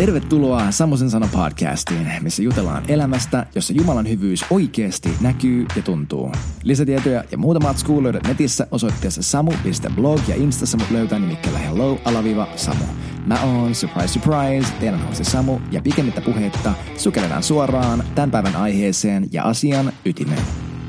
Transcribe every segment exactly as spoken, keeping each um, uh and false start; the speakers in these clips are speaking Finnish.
Tervetuloa Samosen sana podcastiin, missä jutellaan elämästä, jossa Jumalan hyvyys oikeasti näkyy ja tuntuu. Lisätietoja ja muuta matskua löydät netissä osoitteessa samu piste blog ja Instassa mut löytää nimikkeellä hello alaviiva Samu. Mä oon, surprise surprise, teidän hosti Samu ja pikemmittä puheitta sukelletaan suoraan tämän päivän aiheeseen ja asian ytimeen.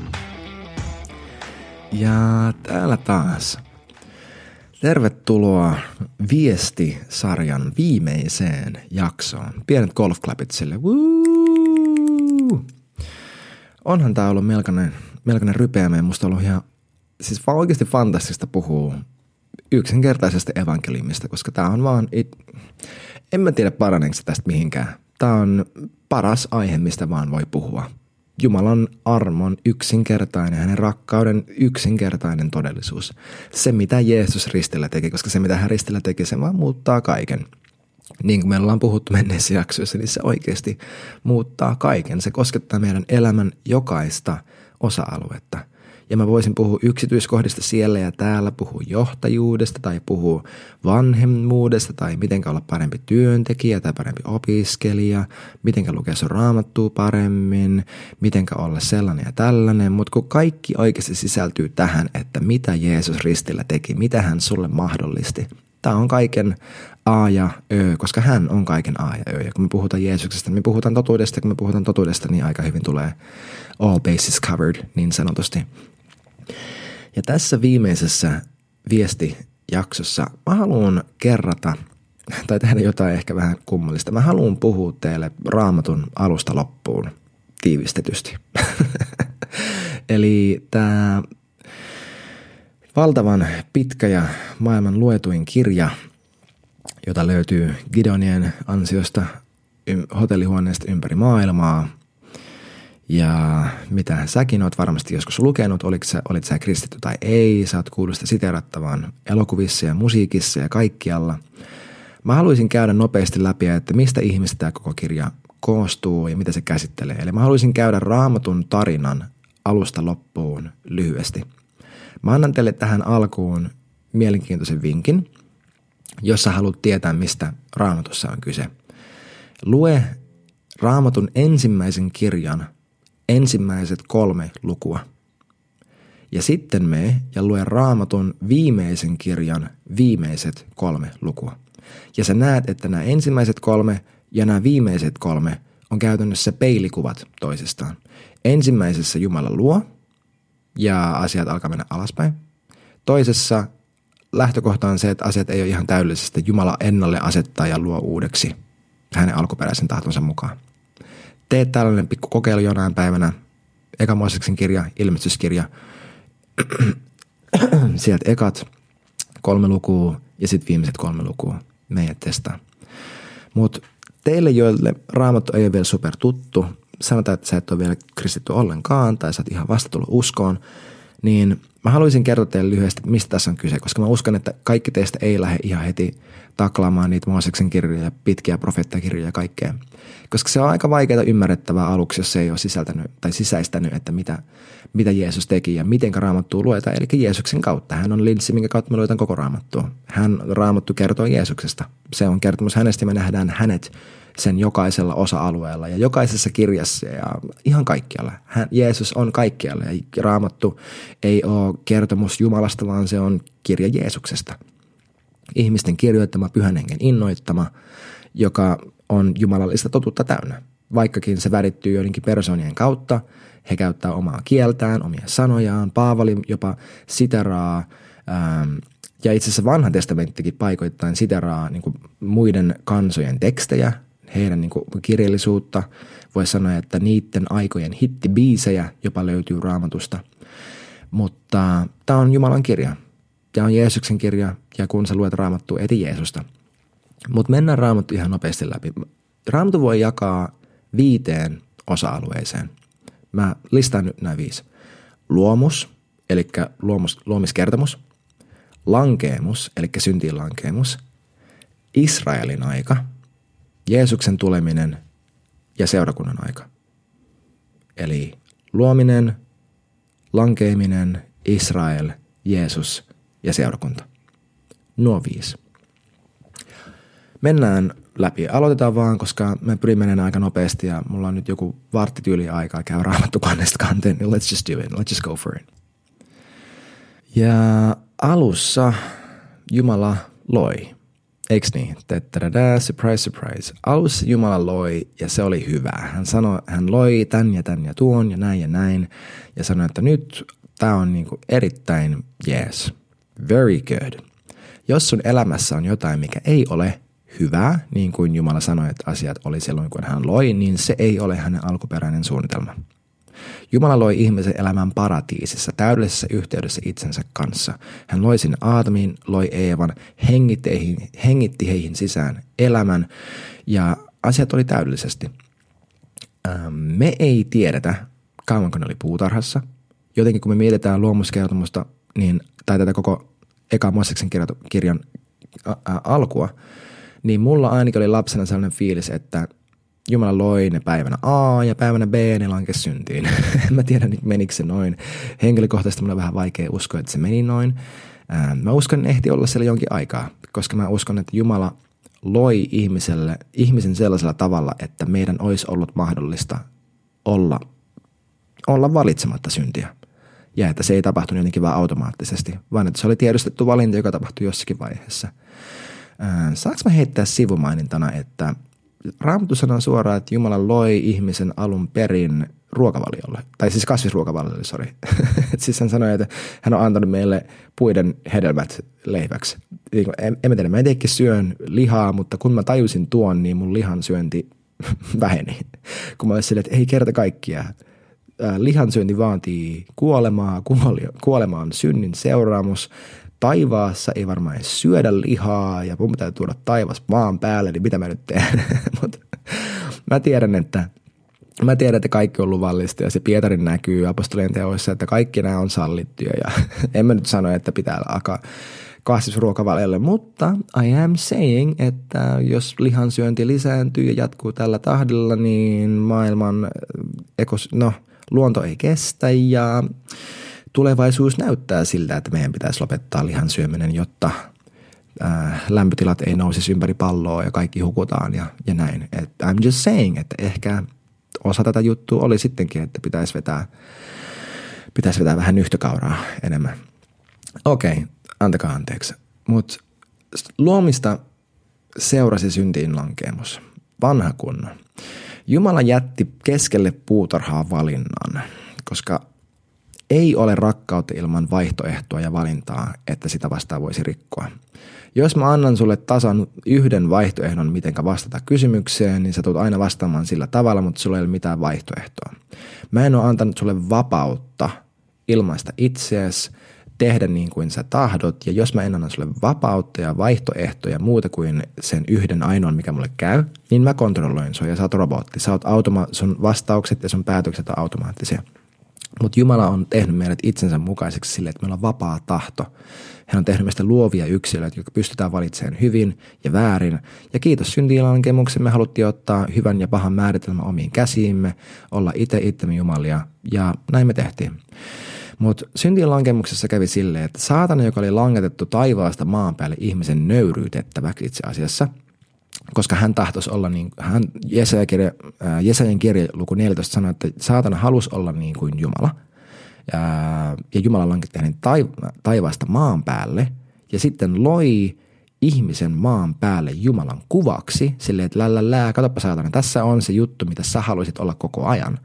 Ja täällä taas. Tervetuloa viestisarjan viimeiseen jaksoon. Pienet golfklapit sille. Woo! Onhan tää ollut melkoinen, melkoinen rypeämä ja musta on ollut ihan, siis vaan oikeasti fantastista puhua yksinkertaisesta evankeliumista, koska tää on vaan, it, en mä tiedä paraneeko tästä mihinkään. Tää on paras aihe, mistä vaan voi puhua. Jumalan armon yksinkertainen, hänen rakkauden yksinkertainen todellisuus. Se, mitä Jeesus ristillä teki, koska se, mitä hän ristillä teki, se vaan muuttaa kaiken. Niin kuin me ollaan puhuttu menneissä jaksoissa, niin se oikeasti muuttaa kaiken. Se koskettaa meidän elämän jokaista osa-aluetta. Ja mä voisin puhua yksityiskohdista siellä ja täällä, puhua johtajuudesta tai puhua vanhemmuudesta tai mitenkä olla parempi työntekijä tai parempi opiskelija, mitenkä lukea sun raamattua paremmin, mitenkä olla sellainen ja tällainen. Mutta kun kaikki oikeasti sisältyy tähän, että mitä Jeesus ristillä teki, mitä hän sulle mahdollisti. Tämä on kaiken A ja Ö, koska hän on kaiken A ja Ö. Ja kun me puhutaan Jeesuksesta, niin me puhutaan totuudesta. Ja kun me puhutaan totuudesta, niin aika hyvin tulee all bases covered, niin sanotusti. Ja tässä viimeisessä viestijaksossa mä haluan kerrata, tai tehdä jotain ehkä vähän kummallista. Mä haluan puhua teille Raamatun alusta loppuun tiivistetysti. Eli tämä valtavan pitkä ja maailman luetuin kirja, jota löytyy Gideonien ansiosta hotellihuoneesta ympäri maailmaa. Ja mitä säkin oot varmasti joskus lukenut, olit sä, olit sä kristitty tai ei, sä oot kuullut sitä siteerattavan elokuvissa ja musiikissa ja kaikkialla. Mä haluaisin käydä nopeasti läpi, että mistä ihmistä tämä koko kirja koostuu ja mitä se käsittelee. Eli mä haluaisin käydä Raamatun tarinan alusta loppuun lyhyesti. Mä annan teille tähän alkuun mielenkiintoisen vinkin, jos sä haluat tietää, mistä Raamatussa on kyse. Lue Raamatun ensimmäisen kirjan ensimmäiset kolme lukua. Ja sitten mene ja lue Raamatun viimeisen kirjan viimeiset kolme lukua. Ja sä näet, että nämä ensimmäiset kolme ja nämä viimeiset kolme on käytännössä peilikuvat toisistaan. Ensimmäisessä Jumala luo ja asiat alkaa mennä alaspäin. Toisessa lähtökohta on se, että asiat ei ole ihan täydellisesti. Jumala ennalle asettaa ja luo uudeksi hänen alkuperäisen tahtonsa mukaan. Teet tällainen pikku kokeilu jonain päivänä. Eka Mooseksen kirja, ilmestyskirja. Sieltä ekat kolme lukua ja sitten viimeiset kolme lukua. Meidät testaa. Mutta teille, joille Raamattu ei ole vielä super tuttu, sanotaan, että sä et ole vielä kristitty ollenkaan tai sä oot ihan vasta tullut uskoon, niin mä haluaisin kertoa teille lyhyesti, mistä tässä on kyse, koska mä uskon, että kaikki teistä ei lähde ihan heti taklaamaan niitä Mooseksen kirjoja, pitkiä profeettakirjoja ja kaikkea. Koska se on aika vaikeaa ymmärrettävää aluksi, jos se ei ole sisältänyt tai sisäistänyt, että mitä, mitä Jeesus teki ja miten Raamattua luetaan. Eli Jeesuksen kautta. Hän on linssi, minkä kautta me luetaan koko Raamattua. Hän Raamattu kertoo Jeesuksesta. Se on kertomus hänestä, me nähdään hänet sen jokaisella osa-alueella ja jokaisessa kirjassa ja ihan kaikkialla. Hän, Jeesus on kaikkialla ja Raamattu ei ole kertomus Jumalasta, vaan se on kirja Jeesuksesta. Ihmisten kirjoittama, pyhän hengen innoittama, joka on jumalallista totuutta täynnä. Vaikkakin se värittyy joidenkin persoonien kautta, he käyttää omaa kieltään, omia sanojaan, Paavali jopa siteraa, ähm, ja itse asiassa vanha testamenttikin paikoittain siteraa niin kuin muiden kansojen tekstejä, heidän niin kuin kirjallisuutta. Voisi sanoa, että niiden aikojen hittibiisejä jopa löytyy Raamatusta. Mutta tämä on Jumalan kirja. Tämä on Jeesuksen kirja, ja kun sä luet Raamattua, eti Jeesusta. Mutta mennään Raamattu ihan nopeasti läpi. Raamattu voi jakaa viiteen osa-alueeseen. Mä listaan nyt nämä viisi. Luomus, eli luomus, luomiskertomus. Lankeemus, eli syntiin lankeemus. Israelin aika. Jeesuksen tuleminen ja seurakunnan aika. Eli luominen, lankeeminen, Israel, Jeesus ja seurakunta. Nuo viisi. Mennään läpi. Aloitetaan vaan, koska me pyrimme menemään aika nopeasti ja mulla on nyt joku varttityyli aikaa käy Raamattu kannesta kanteen, niin let's just do it, let's just go for it. Ja alussa Jumala loi. Eiks niin? Tätä, surprise, surprise. Alussa Jumala loi ja se oli hyvä. Hän sanoi, hän loi tän ja tän ja tuon ja näin ja näin. Ja sanoi, että nyt tää on niinku erittäin yes, very good. Jos sun elämässä on jotain, mikä ei ole hyvää, niin kuin Jumala sanoi, että asiat oli silloin, kun hän loi, niin se ei ole hänen alkuperäinen suunnitelma. Jumala loi ihmisen elämän paratiisissa, täydellisessä yhteydessä itsensä kanssa. Hän loi sinne Aatamin, loi Eevan, hengitti heihin, hengitti heihin sisään elämän ja asiat oli täydellisesti. Me ei tiedetä, kauanko ne oli puutarhassa. Jotenkin kun me mietitään luomuskertomusta, niin, tai tätä koko eka Mooseksen kirjan alkua, niin mulla ainakin oli lapsena sellainen fiilis, että Jumala loi ne päivänä A ja päivänä B, ne lankesi syntiin. En mä tiedä, menikö se noin. Henkilökohtaisesti mulla on vähän vaikea uskoa, että se meni noin. Mä uskon, että ehti olla siellä jonkin aikaa, koska mä uskon, että Jumala loi ihmiselle, ihmisen sellaisella tavalla, että meidän olisi ollut mahdollista olla, olla valitsematta syntiä. Ja että se ei tapahtunut jotenkin vaan automaattisesti, vaan että se oli tiedostettu valinta, joka tapahtui jossakin vaiheessa. Saanko mä heittää sivumainintana, että Raamattu sanoo suoraan, että Jumala loi ihmisen alun perin ruokavaliolle, tai siis kasvisruokavaliolle, sori. Siis hän sanoi, että hän on antanut meille puiden hedelmät leiväksi. En, en mä tiedä, mä etenkin syön lihaa, mutta kun mä tajusin tuon, niin mun lihan syönti väheni. Kun mä olisin silleen, että ei kerta kaikkia. Lihansyönti vaatii kuolemaa, kuolema on synnin seuraamus. Taivaassa ei varmaan edes syödä lihaa ja mun pitää tuoda taivas maan päälle, niin mitä mä nyt teen? Mutta mä tiedän, että mä tiedän, että kaikki on luvallista ja se Pietarin näkyy apostolien teoissa, että kaikki nämä on sallittuja ja en mä nyt sano, että pitää alkaa kasvisruokavaliolle, mutta I am saying, että jos lihansyönti lisääntyy ja jatkuu tällä tahdilla, niin maailman ekos, no, luonto ei kestä ja tulevaisuus näyttää siltä, että meidän pitäisi lopettaa lihan syöminen, jotta äh, lämpötilat ei nousisi ympäri palloa ja kaikki hukutaan ja, ja näin. Et I'm just saying, että ehkä osa tätä juttua oli sittenkin, että pitäisi vetää, pitäisi vetää vähän nyhtökauraa enemmän. Okei, okay, antakaa anteeksi. Mutta luomista seurasi syntiin lankeemus. Vanha kunnon. Jumala jätti keskelle puutarhaa valinnan, koska ei ole rakkautta ilman vaihtoehtoa ja valintaa, että sitä vastaan voisi rikkoa. Jos mä annan sulle tasan yhden vaihtoehdon, mitenkä vastata kysymykseen, niin sä tulet aina vastaamaan sillä tavalla, mutta sulla ei ole mitään vaihtoehtoa. Mä en ole antanut sulle vapautta ilmaista itseäsi, tehdä niin kuin sä tahdot, ja jos mä en anna sulle vapautta ja vaihtoehtoja muuta kuin sen yhden ainoan, mikä mulle käy, niin mä kontrolloin sua ja sä oot robotti. Sä oot automa- sun vastaukset ja sun päätökset on automaattisia. Mutta Jumala on tehnyt meidät itsensä mukaiseksi sille, että meillä on vapaa tahto. Hän on tehnyt meistä luovia yksilöitä, jotka pystytään valitsemaan hyvin ja väärin. Ja kiitos syntiinlankemuksen me haluttiin ottaa hyvän ja pahan määritelmä omiin käsiimme, olla itse itsemme Jumalia, ja näin me tehtiin. Mutta syntiinlankemuksessa kävi silleen, että saatana, joka oli langetettu taivaasta maan päälle ihmisen nöyryytettäväksi itse asiassa, koska hän tahtoisi olla niin, hän Jesajan kirja, Jesajan kirja luku neljätoista sanoi, että saatana halusi olla niin kuin Jumala. Ja, ja Jumala lanketti hänen taivaasta maan päälle ja sitten loi ihmisen maan päälle Jumalan kuvaksi silleen, että lää, lää, lää, katsoppa saatana, tässä on se juttu, mitä sä haluaisit olla koko ajan.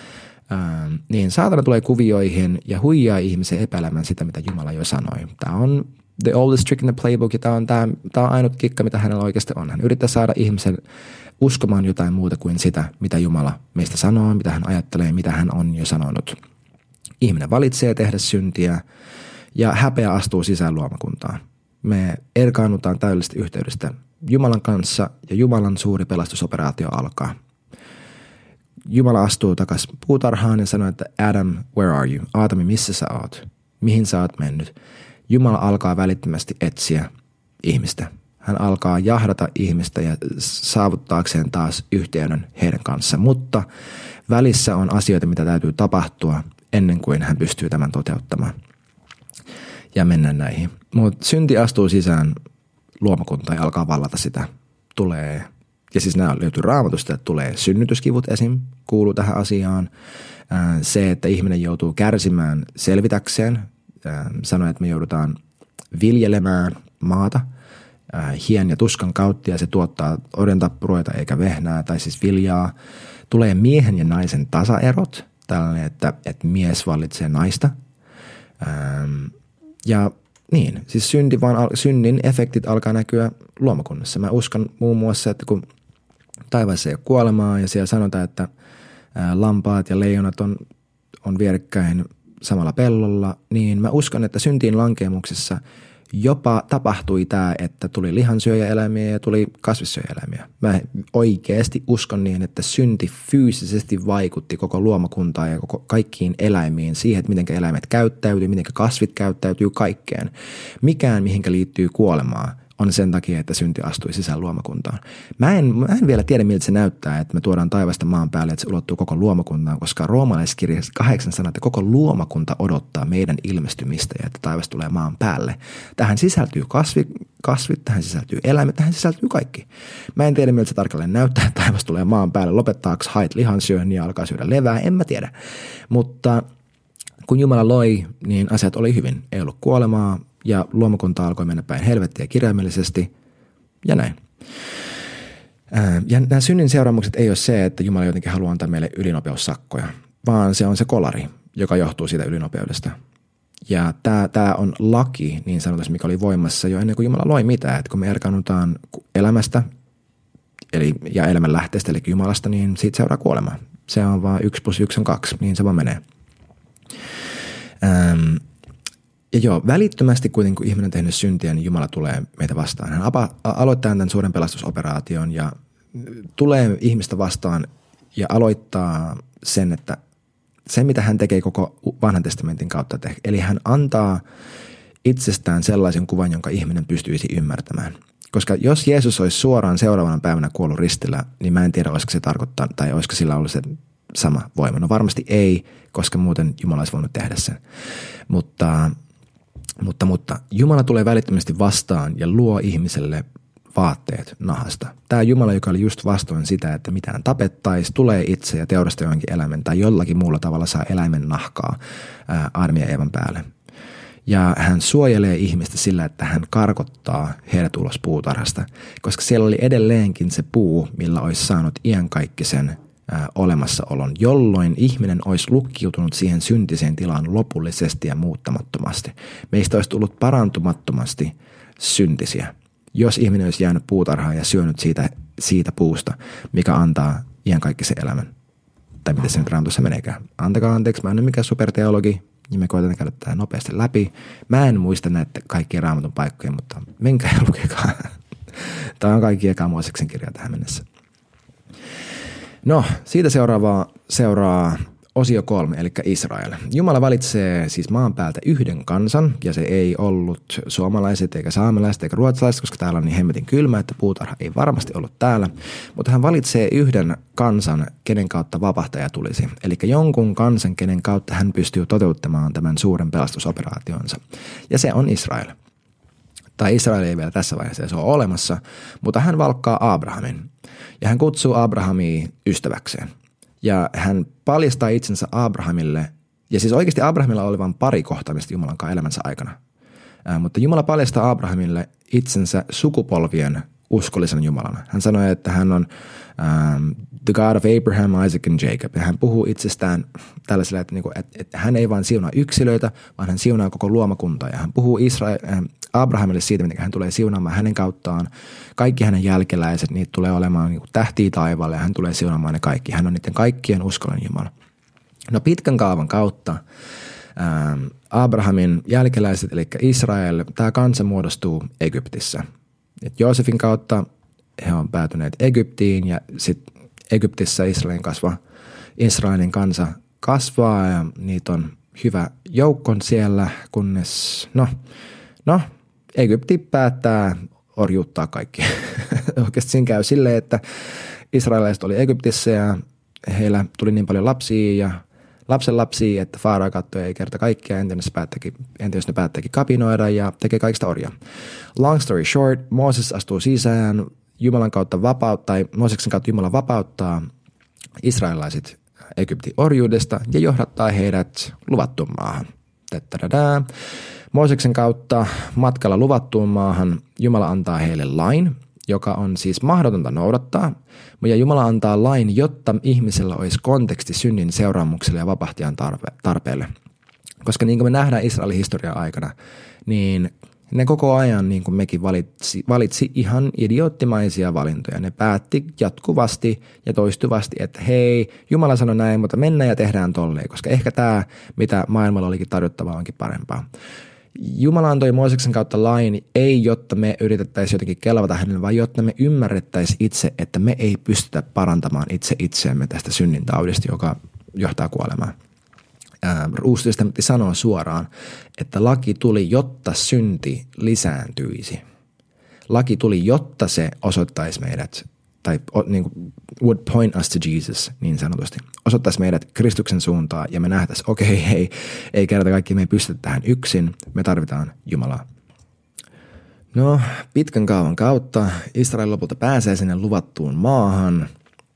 Ää, niin saatana tulee kuvioihin ja huijaa ihmisen epäilemään sitä, mitä Jumala jo sanoi. Tämä on the oldest trick in the playbook, ja tämä on, tämä, tämä on ainut kikka, mitä hänellä oikeasti on. Hän yrittää saada ihmisen uskomaan jotain muuta kuin sitä, mitä Jumala meistä sanoo, mitä hän ajattelee, mitä hän on jo sanonut. Ihminen valitsee tehdä syntiä, ja häpeä astuu sisään luomakuntaan. Me erkaannutaan täydellisestä yhteydestä Jumalan kanssa, ja Jumalan suuri pelastusoperaatio alkaa. Jumala astuu takaisin puutarhaan ja sanoo, että Adam, where are you? Aatami, missä sä oot? Mihin sä oot mennyt? Jumala alkaa välittömästi etsiä ihmistä. Hän alkaa jahdata ihmistä ja saavuttaakseen taas yhteyden heidän kanssa. Mutta välissä on asioita, mitä täytyy tapahtua ennen kuin hän pystyy tämän toteuttamaan. Ja mennään näihin. Mutta synti astuu sisään luomakuntaan ja alkaa vallata sitä. Tulee Ja siis nämä löytyy Raamatusta, että tulee synnytyskivut esim. Kuuluu tähän asiaan. Se, että ihminen joutuu kärsimään selvitäkseen. Sanoi, että me joudutaan viljelemään maata hien ja tuskan kautta ja se tuottaa orjantappuroita eikä vehnää tai siis viljaa. Tulee miehen ja naisen tasaerot, tällainen, että, että mies vallitsee naista. Ja niin, siis synti vaan, synnin efektit alkaa näkyä luomakunnassa. Mä uskon muun muassa, että kun taivaassa ei ole kuolemaa ja siellä sanotaan, että lampaat ja leijonat on, on vierekkäin samalla pellolla, niin mä uskon, että syntiin lankemuksessa jopa tapahtui tämä, että tuli lihansyöjäeläimiä ja tuli kasvissyöjäeläimiä. Mä oikeasti uskon niin, että synti fyysisesti vaikutti koko luomakuntaan ja koko kaikkiin eläimiin siihen, että miten eläimet käyttäytyy, miten kasvit käyttäytyy, kaikkeen. Mikään, mihinkä liittyy kuolemaa, on sen takia, että synti astui sisään luomakuntaan. Mä en, mä en vielä tiedä, miltä se näyttää, että me tuodaan taivasta maan päälle, että se ulottuu koko luomakuntaan, koska roomalaiskirjassa kahdeksan sanaa, että koko luomakunta odottaa meidän ilmestymistä ja että taivas tulee maan päälle. Tähän sisältyy kasvit, kasvit, tähän sisältyy eläimet, tähän sisältyy kaikki. Mä en tiedä, miltä se tarkalleen näyttää, että taivas tulee maan päälle. Lopettaako hait lihansyönnin ja alkaa syödä levää, en mä tiedä. Mutta kun Jumala loi, niin asiat oli hyvin. Ei ollut kuolemaa. Ja luomakunta alkoi mennä päin helvettiä kirjaimellisesti ja näin. Ja nämä synnin seuraamukset ei ole se, että Jumala jotenkin haluaa antaa meille ylinopeussakkoja, vaan se on se kolari, joka johtuu siitä ylinopeudesta. Ja tämä, tämä on laki, niin sanotaan, mikä oli voimassa jo ennen kuin Jumala loi mitään. Että kun me erkaannutaan elämästä eli, ja elämän lähteestä, eli Jumalasta, niin siitä seuraa kuolema. Se on vaan yksi plus yksi on kaksi, niin se vaan menee. Ähm, Ja joo, välittömästi kuitenkin kun ihminen on tehnyt syntiä, niin Jumala tulee meitä vastaan. Hän apa, aloittaa tämän suuren pelastusoperaation ja tulee ihmistä vastaan ja aloittaa sen, että se mitä hän tekee koko vanhan testamentin kautta. Eli hän antaa itsestään sellaisen kuvan, jonka ihminen pystyisi ymmärtämään. Koska jos Jeesus olisi suoraan seuraavana päivänä kuollut ristillä, niin mä en tiedä, olisiko se tarkoittaa tai olisiko sillä ollut se sama voima. No varmasti ei, koska muuten Jumala olisi voinut tehdä sen. Mutta... Mutta, mutta Jumala tulee välittömästi vastaan ja luo ihmiselle vaatteet nahasta. Tämä Jumala, joka oli just vastoin sitä, että mitään tapettaisi, tulee itse ja teurastaa johonkin eläimen tai jollakin muulla tavalla saa eläimen nahkaa Aadamin ja Eevan päälle. Ja hän suojelee ihmistä sillä, että hän karkottaa heidät ulos puutarhasta, koska siellä oli edelleenkin se puu, millä olisi saanut iankaikkisen olemassaolon, jolloin ihminen olisi lukkiutunut siihen syntiseen tilaan lopullisesti ja muuttamattomasti. Meistä olisi tullut parantumattomasti syntisiä, jos ihminen olisi jäänyt puutarhaan ja syönyt siitä, siitä puusta, mikä antaa iankaikkisen elämän. Tai miten se nyt Raamatussa meneekään. Antakaa anteeksi, mä en ole mikään superteologi, ja me koetan käydä tähän nopeasti läpi. Mä en muista näitä kaikkia Raamatun paikkoja, mutta menkää ja lukekaa. Tämä on kaikki eka Mooseksen kirja tähän mennessä. No, siitä seuraavaa seuraa osio kolme, eli Israel. Jumala valitsee siis maan päältä yhden kansan, ja se ei ollut suomalaiset, eikä saamelaiset, eikä ruotsalaiset, koska täällä on niin hemmetin kylmä, että puutarha ei varmasti ollut täällä. Mutta hän valitsee yhden kansan, kenen kautta vapahtaja tulisi. Eli jonkun kansan, kenen kautta hän pystyy toteuttamaan tämän suuren pelastusoperaationsa. Ja se on Israel. Tai Israel ei vielä tässä vaiheessa se on olemassa, mutta hän valkkaa Abrahamin. Ja hän kutsuu Abrahamia ystäväkseen. Ja hän paljastaa itsensä Abrahamille, ja siis oikeasti Abrahamilla oli vain pari kohtaamista Jumalan kanssa elämänsä aikana. Ää, mutta Jumala paljastaa Abrahamille itsensä sukupolvien uskollisena Jumalana. Hän sanoi, että hän on um, the God of Abraham, Isaac and Jacob. Ja hän puhuu itsestään tällaisella, että, niinku, että, että hän ei vain siunaa yksilöitä, vaan hän siunaa koko luomakuntaa. Ja hän puhuu Israel, äh, Abrahamille siitä, miten hän tulee siunaamaan hänen kauttaan. Kaikki hänen jälkeläiset, niitä tulee olemaan niin kuin tähtiä taivaalle ja hän tulee siunaamaan ne kaikki. Hän on niiden kaikkien uskollinen Jumala. No pitkän kaavan kautta ähm, Abrahamin jälkeläiset, eli Israel, tämä kansa muodostuu Egyptissä. Et Joosefin kautta he on päätyneet Egyptiin ja sitten Egyptissä Israelin, kasva, Israelin kansa kasvaa ja niitä on hyvä joukko siellä, kunnes no, no Egypti päättää orjuuttaa kaikki. Oikeasti siinä käy silleen, että israelilaiset oli Egyptissä ja heillä tuli niin paljon lapsia ja lapsenlapsia, että Faaraa katsoi ei kerta kaikkea, entä jos, jos ne päättäkin kapinoida ja tekee kaikista orjaa. Long story short, Mooses astuu sisään Jumalan kautta vapauttaa, tai Mooseksen kautta Jumala vapauttaa israelilaiset Egyptin orjuudesta ja johdattaa heidät luvattuun maahan. Tättärädää. Mooseksen kautta matkalla luvattuun maahan Jumala antaa heille lain, joka on siis mahdotonta noudattaa, ja Jumala antaa lain, jotta ihmisellä olisi konteksti synnin seuraamukselle ja vapahtajan tarpe- tarpeelle. Koska niin kuin me nähdään Israelin historian aikana, niin ne koko ajan, niin kuin mekin valitsi, valitsi ihan idioottimaisia valintoja. Ne päätti jatkuvasti ja toistuvasti, että hei, Jumala sanoi näin, mutta mennään ja tehdään tolleen, koska ehkä tämä, mitä maailmalla olikin tarjottavaa, onkin parempaa. Jumala antoi Mooseksen kautta lain, ei jotta me yritettäisiin jotenkin kelvata hänelle, vaan jotta me ymmärrettäisiin itse, että me ei pystytä parantamaan itse itseämme tästä synnin taudista, joka johtaa kuolemaan. Uusi testamentti sanoo suoraan, että laki tuli, jotta synti lisääntyisi. Laki tuli, jotta se osoittaisi meidät, tai niin kuin, would point us to Jesus, niin sanotusti. Osoittaisi meidät Kristuksen suuntaan ja me nähtäisiin, okei, okay, hei, ei kerta kaikki, me ei pystytä tähän yksin, me tarvitaan Jumalaa. No, pitkän kaavan kautta Israel lopulta pääsee sinne luvattuun maahan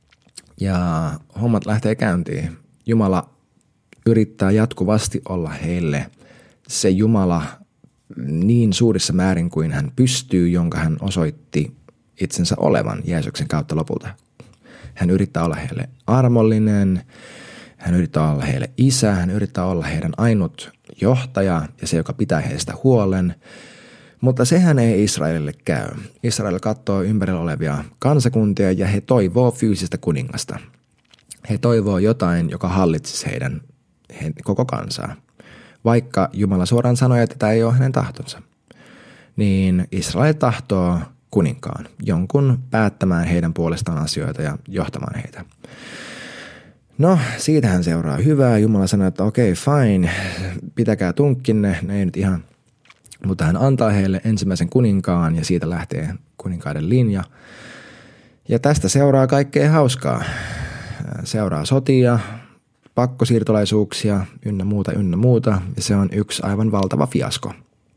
ja hommat lähtee käyntiin. Jumala yrittää jatkuvasti olla heille se Jumala niin suurissa määrin kuin hän pystyy, jonka hän osoitti itsensä olevan Jeesuksen kautta lopulta. Hän yrittää olla heille armollinen, hän yrittää olla heille isä, hän yrittää olla heidän ainut johtaja ja se, joka pitää heistä huolen. Mutta sehän ei Israelille käy. Israel katsoo ympärillä olevia kansakuntia ja he toivoo fyysistä kuningasta. He toivoo jotain, joka hallitsisi heidän he, koko kansaa. Vaikka Jumala suoraan sanoi, että tämä ei ole hänen tahtonsa. Niin Israel tahtoo kuninkaan, jonkun päättämään heidän puolestaan asioita ja johtamaan heitä. No, siitähän seuraa hyvää. Jumala sanoi, että okei, okay, fine, pitäkää tunkkinne, ne ei nyt ihan. Mutta hän antaa heille ensimmäisen kuninkaan ja siitä lähtee kuninkaiden linja. Ja tästä seuraa kaikkea hauskaa. Seuraa sotia, pakkosiirtolaisuuksia, ynnä muuta, ynnä muuta. Ja se on yksi aivan valtava fiasko.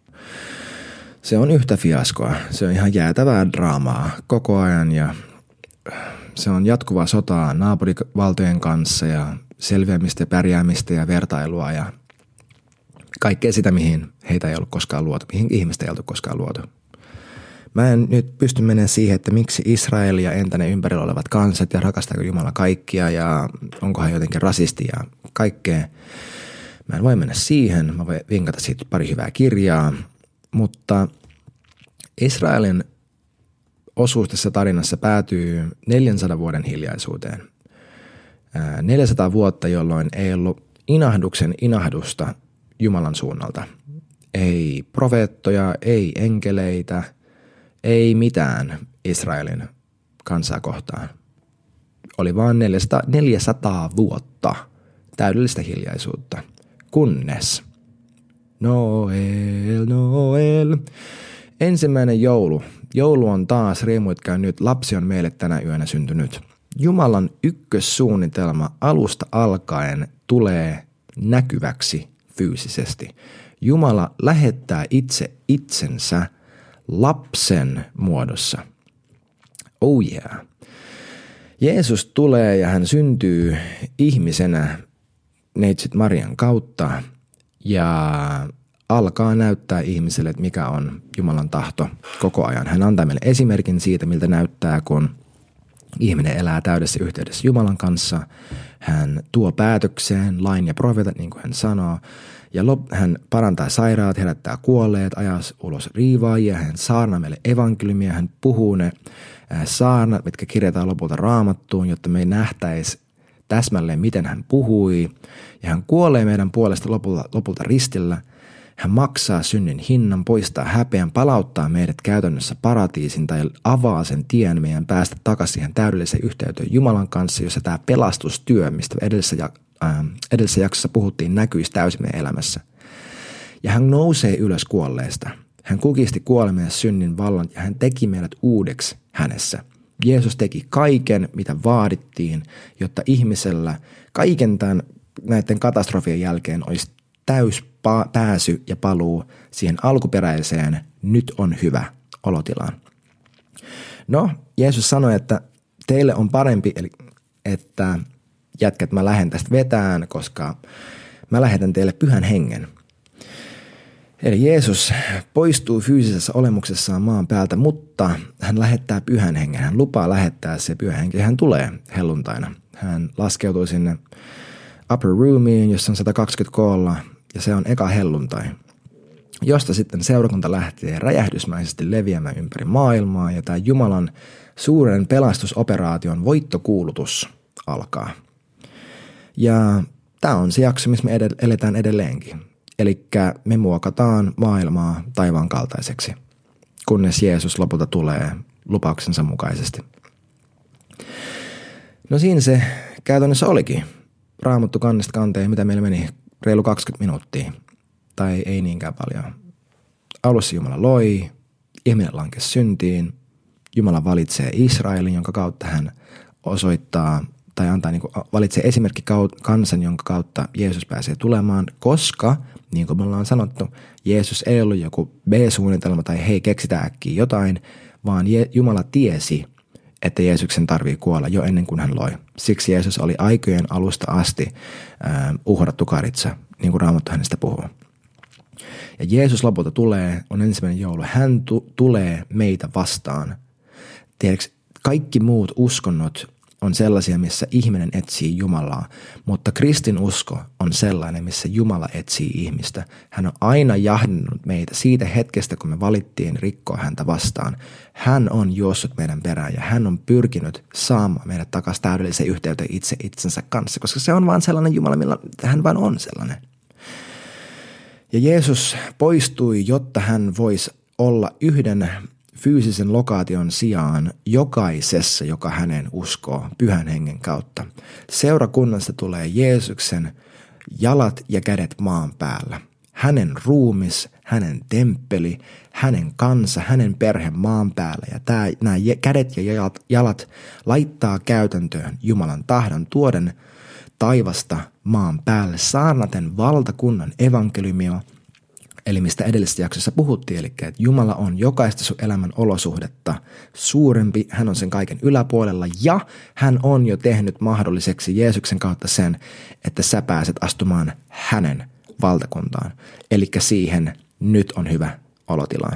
Se on yhtä fiaskoa. Se on ihan jäätävää draamaa koko ajan ja se on jatkuvaa sotaa naapurivaltojen kanssa ja selviämistä ja pärjäämistä ja vertailua ja kaikkea sitä, mihin heitä ei ollut koskaan luotu, mihin ihmistä ei ollut koskaan luotu. Mä en nyt pysty menemään siihen, että miksi Israel ja entä ne ympärillä olevat kansat ja rakastaako Jumala kaikkia ja onko hän jotenkin rasisti ja kaikkea. Mä en voi mennä siihen, mä voin vinkata siitä pari hyvää kirjaa, mutta Israelin osuus tässä tarinassa päätyy neljänsadan vuoden hiljaisuuteen. neljäsataa vuotta, jolloin ei ollut inahduksen inahdusta Jumalan suunnalta. Ei profeettoja, ei enkeleitä, ei mitään Israelin kansaa kohtaan. Oli vaan neljäsataa, neljäsataa vuotta täydellistä hiljaisuutta, kunnes Noel, Noel. Ensimmäinen joulu. Joulu on taas riemuit käynyt, lapsi on meille tänä yönä syntynyt. Jumalan ykkössuunnitelma alusta alkaen tulee näkyväksi fyysisesti. Jumala lähettää itse itsensä lapsen muodossa. Oh yeah. Jeesus tulee ja hän syntyy ihmisenä neitsyt Marian kautta ja alkaa näyttää ihmiselle, että mikä on Jumalan tahto koko ajan. Hän antaa meille esimerkin siitä, miltä näyttää, kun ihminen elää täydessä yhteydessä Jumalan kanssa. Hän tuo päätökseen lain ja profeetat, niin kuin hän sanoo. Ja hän parantaa sairaat, herättää kuolleet, ajaa ulos riivaajia. Hän saarnaa meille evankeliumia. Hän puhuu ne saarnat, mitkä kirjataan lopulta Raamattuun, jotta me ei nähtäisi täsmälleen, miten hän puhui. Ja hän kuolee meidän puolesta lopulta, lopulta ristillä. Hän maksaa synnin hinnan, poistaa häpeän, palauttaa meidät käytännössä paratiisin tai avaa sen tien meidän päästä takaisin siihen täydelliseen yhteyteen Jumalan kanssa, jossa tämä pelastustyö, mistä edellisessä, äh, edellisessä jaksossa puhuttiin, näkyisi täysin meidän elämässä. Ja hän nousee ylös kuolleesta. Hän kukisti kuolemien synnin vallan ja hän teki meidät uudeksi hänessä. Jeesus teki kaiken, mitä vaadittiin, jotta ihmisellä kaiken tämän näiden katastrofien jälkeen olisi täys pääsy ja paluu siihen alkuperäiseen nyt on hyvä olotilaan. No, Jeesus sanoi, että teille on parempi, eli että jätkät mä lähden tästä vetään, koska mä lähetän teille pyhän hengen. Eli Jeesus poistuu fyysisessä olemuksessaan maan päältä, mutta hän lähettää pyhän hengen. Hän lupaa lähettää se pyhä henki ja hän tulee helluntaina. Hän laskeutuu sinne upper roomiin, jossa on sata kaksikymmentä koolla ja se on eka helluntai, josta sitten seurakunta lähtee räjähdysmäisesti leviämään ympäri maailmaa ja tämä Jumalan suuren pelastusoperaation voittokuulutus alkaa. Ja tämä on se jakso, missä me eletään edelleenkin. Eli me muokataan maailmaa taivaan kaltaiseksi, kunnes Jeesus lopulta tulee lupauksensa mukaisesti. No siinä se käytännössä olikin. Raamattu kannesta kanteen, mitä meillä meni, reilu kaksikymmentä minuuttia. Tai ei niinkään paljon. Alussa Jumala loi, ihminen lankesi syntiin, Jumala valitsee Israelin, jonka kautta hän osoittaa tai antaa niin kuin, valitsee esimerkki kansan, jonka kautta Jeesus pääsee tulemaan, koska, niin kuin me ollaan sanottu, Jeesus ei ollut joku B-suunnitelma tai hei keksitään äkkiä jotain, vaan Jumala tiesi, että Jeesuksen tarvii kuolla jo ennen kuin hän loi. Siksi Jeesus oli aikojen alusta asti äh, uhrattu karitsa, niin kuin Raamattu hänestä puhuu. Ja Jeesus lopulta tulee, on ensimmäinen joulu, hän tu- tulee meitä vastaan. Tiedätkö, kaikki muut uskonnot on sellaisia, missä ihminen etsii Jumalaa, mutta kristinusko on sellainen, missä Jumala etsii ihmistä. Hän on aina jahdinnut meitä siitä hetkestä, kun me valittiin rikkoa häntä vastaan. Hän on juossut meidän perään ja hän on pyrkinyt saamaan meidät takaisin täydelliseen yhteyteen itse itsensä kanssa, koska se on vaan sellainen Jumala, millä hän vaan on sellainen. Ja Jeesus poistui, jotta hän voisi olla yhden fyysisen lokaation sijaan jokaisessa, joka hänen uskoo pyhän hengen kautta. Seurakunnasta tulee Jeesuksen jalat ja kädet maan päällä. Hänen ruumis, hänen temppeli, hänen kansa, hänen perhe maan päällä. Ja tämä, nämä kädet ja jalat, jalat laittaa käytäntöön Jumalan tahdon tuoden taivasta maan päälle saarnaten valtakunnan evankeliumia, eli mistä edellisessä jaksossa puhuttiin, eli että Jumala on jokaista sun elämän olosuhdetta suurempi, hän on sen kaiken yläpuolella ja hän on jo tehnyt mahdolliseksi Jeesuksen kautta sen, että sä pääset astumaan hänen valtakuntaan, eli siihen nyt on hyvä olotilaan.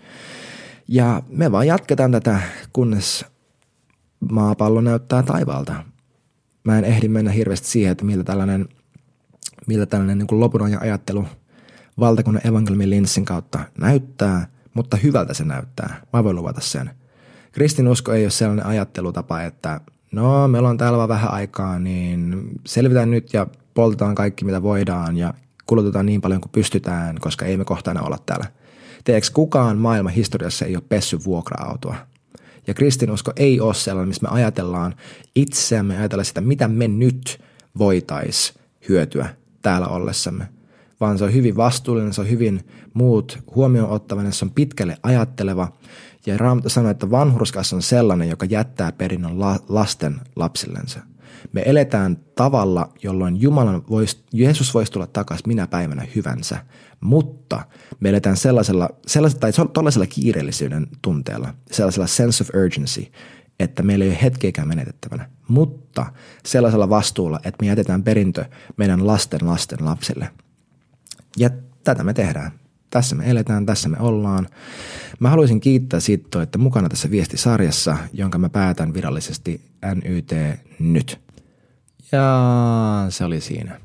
Ja me vaan jatketaan tätä, kunnes maapallo näyttää taivaalta. Mä en ehdi mennä hirveästi siihen, että miltä tällainen, miltä tällainen niin kuin lopun ajan ajattelu valtakunnan evankeliumin linssin kautta näyttää, mutta hyvältä se näyttää. Mä voin luvata sen. Kristinusko ei ole sellainen ajattelutapa, että no, meillä on täällä vaan vähän aikaa, niin selvitään nyt ja poltetaan kaikki mitä voidaan ja kulutetaan niin paljon kuin pystytään, koska ei me kohta enää olla täällä. Teeksi kukaan maailman historiassa ei ole pessy vuokra-autoa. Ja kristinusko ei ole sellainen, missä me ajatellaan itseämme, ajatellaan sitä, mitä me nyt voitaisiin hyötyä täällä ollessamme. Vaan se on hyvin vastuullinen, se on hyvin muut huomioon ottavainen, se on pitkälle ajatteleva. Ja Raamattu sanoo, että vanhurskas on sellainen, joka jättää perinnön la- lasten lapsillensa. Me eletään tavalla, jolloin Jumalan vois, Jeesus voisi tulla takaisin minä päivänä hyvänsä, mutta me eletään sellaisella, sellaisella tai tollaisella kiireellisyyden tunteella, sellaisella sense of urgency, että meillä ei ole hetkeäkään menetettävänä, mutta sellaisella vastuulla, että me jätetään perintö meidän lasten lasten lapsille. Ja tätä me tehdään. Tässä me eletään, tässä me ollaan. Mä haluaisin kiittää siitä, että mukana tässä viestisarjassa, jonka mä päätän virallisesti N Y T nyt. Ja se oli siinä.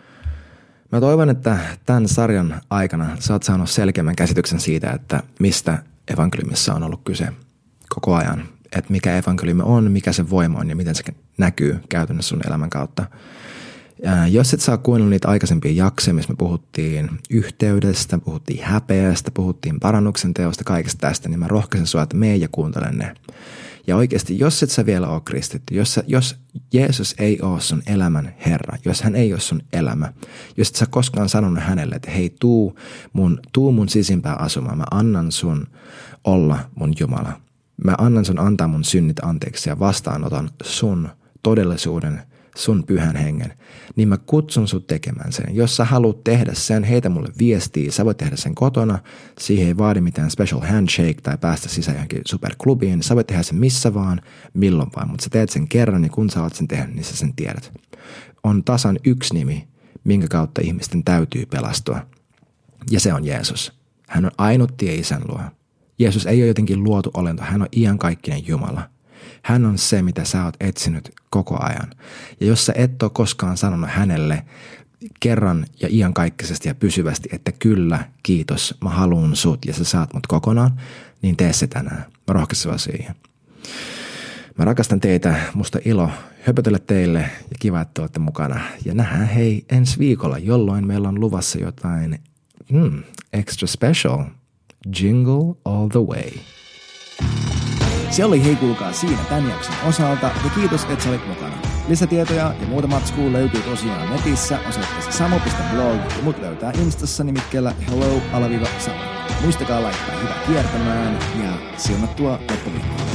Mä toivon, että tämän sarjan aikana sä oot saanut selkeämmän käsityksen siitä, että mistä evankeliumissa on ollut kyse koko ajan. Että mikä evankeliumi on, mikä se voima on ja miten se näkyy käytännössä sun elämän kautta. Ja jos et saa kuunnella niitä aikaisempia jaksoja, missä me puhuttiin yhteydestä, puhuttiin häpeästä, puhuttiin parannuksen teosta, kaikesta tästä, niin mä rohkaisen sua, että mene ja kuuntele ne. Ja oikeasti, jos et sä vielä ole kristitty, jos, jos Jeesus ei ole sun elämän Herra, jos hän ei ole sun elämä, jos et sä koskaan sanonut hänelle, että hei, tuu mun, tuu mun sisimpään asumaan, mä annan sun olla mun Jumala. Mä annan sun antaa mun synnit anteeksi ja vastaanotan sun todellisuuden sun pyhän hengen, niin mä kutsun sut tekemään sen. Jos sä haluat tehdä sen, heitä mulle viestiä, sä voit tehdä sen kotona, siihen ei vaadi mitään special handshake tai päästä sisään johonkin superklubiin, sä voit tehdä sen missä vaan, milloin vaan, mutta sä teet sen kerran, niin kun sä oot sen tehnyt, niin sä sen tiedät. On tasan yksi nimi, minkä kautta ihmisten täytyy pelastua, ja se on Jeesus. Hän on ainut tie Isän luo. Jeesus ei ole jotenkin luotu olento, hän on iankaikkinen Jumala. Hän on se, mitä sä oot etsinyt koko ajan. Ja jos sä et ole koskaan sanonut hänelle kerran ja iankaikkisesti ja pysyvästi, että kyllä, kiitos, mä haluun sut ja sä saat mut kokonaan, niin tee se tänään. Mä rohkaisen siihen. Mä rakastan teitä, musta ilo höpötellä teille ja kiva, että olette mukana. Ja nähdään hei ensi viikolla, jolloin meillä on luvassa jotain hmm, extra special. Jingle all the way. Se oli hei kuulkaa siinä tämän jakson osalta ja kiitos, että sä olit mukana. Lisätietoja ja muuta matskua löytyy tosiaan netissä osoitteessa samu piste blog ja mut löytää Instassa nimikkeellä hello alaviiva samu. Muistakaa laittaa hyvä kiertämään ja siunattua loppuviikkoa.